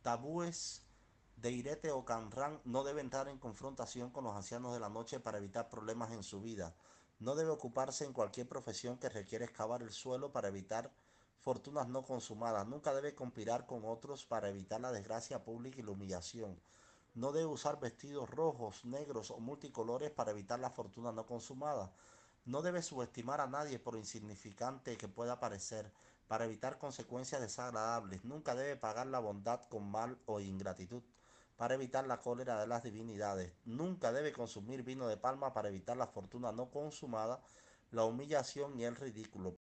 Tabúes de Irete o Canran no debe entrar en confrontación con los ancianos de la noche para evitar problemas en su vida. No debe ocuparse en cualquier profesión que requiera excavar el suelo para evitar fortunas no consumadas. Nunca debe conspirar con otros para evitar la desgracia pública y la humillación. No debe usar vestidos rojos, negros o multicolores para evitar la fortuna no consumada. No debe subestimar a nadie por insignificante que pueda parecer, para evitar consecuencias desagradables. Nunca debe pagar la bondad con mal o ingratitud, para evitar la cólera de las divinidades. Nunca debe consumir vino de palma para evitar la fortuna no consumada, la humillación y el ridículo.